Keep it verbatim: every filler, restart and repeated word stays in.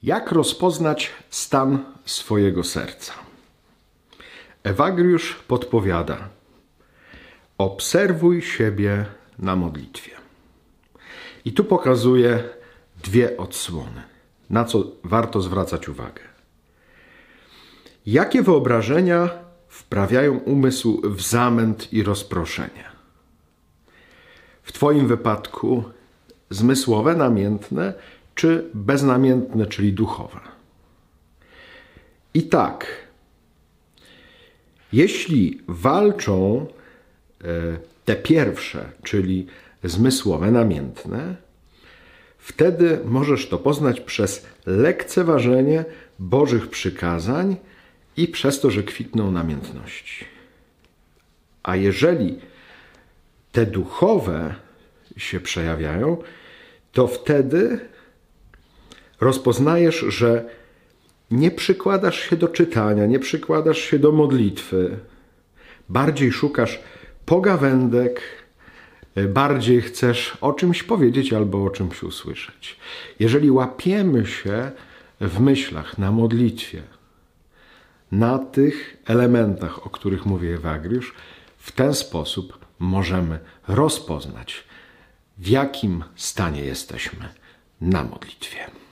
Jak rozpoznać stan swojego serca? Ewagriusz podpowiada: obserwuj siebie na modlitwie. I tu pokazuje dwie odsłony, na co warto zwracać uwagę. Jakie wyobrażenia wprawiają umysł w zamęt i rozproszenie? W Twoim wypadku zmysłowe, namiętne, czy beznamiętne, czyli duchowe? I tak, jeśli walczą te pierwsze, czyli zmysłowe, namiętne, wtedy możesz to poznać przez lekceważenie Bożych przykazań i przez to, że kwitną namiętności. A jeżeli te duchowe się przejawiają, to wtedy rozpoznajesz, że nie przykładasz się do czytania, nie przykładasz się do modlitwy. Bardziej szukasz pogawędek, bardziej chcesz o czymś powiedzieć albo o czymś usłyszeć. Jeżeli łapiemy się w myślach na modlitwie, na tych elementach, o których mówi Ewagriusz, w ten sposób możemy rozpoznać, w jakim stanie jesteśmy na modlitwie.